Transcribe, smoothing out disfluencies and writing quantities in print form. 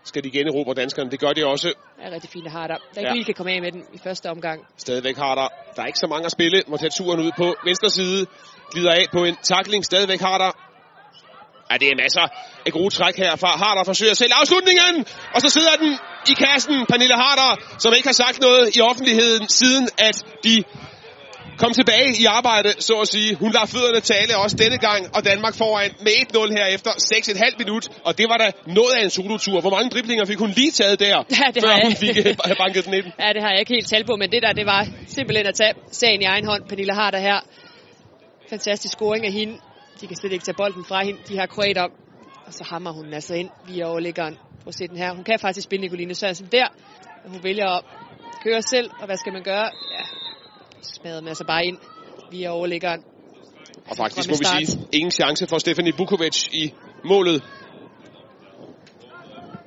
skal de generobre danskerne. Det gør de også. Det er rigtig fint, at Harder. Der ikke lige kan komme af med den i første omgang. Stadigvæk Harder. Der er ikke så mange at spille. Må tage turen ud på venstre side. Glider af på en tackling. Stadigvæk Harder. Ja, det er masser af gode træk herfra. Harder forsøger selv afslutningen. Og så sidder den i kassen. Pernille Harder, som ikke har sagt noget i offentligheden, siden at de kom tilbage i arbejde, så at sige. Hun lader fødderne tale også denne gang, og Danmark foran med 1-0 her efter 6,5 minut. Og det var da noget af en solotur. Hvor mange driblinger fik hun lige taget der, før hun fik banket den ind? Ja, det har jeg ikke helt talt på, men det var simpelthen at tage sagen i egen hånd. Pernille Harder her. Fantastisk scoring af hende. De kan slet ikke tage bolden fra hende. De har kroater, og så hammer hun altså ind via overlæggeren. Prøv at se den her. Hun kan faktisk spille Nicoline Sørensen der. Hun vælger at køre selv, og hvad skal man gøre? Ja, smadrer man altså bare ind via overlæggeren. Og faktisk må vi sige, ingen chance for Stephanie Bukovic i målet.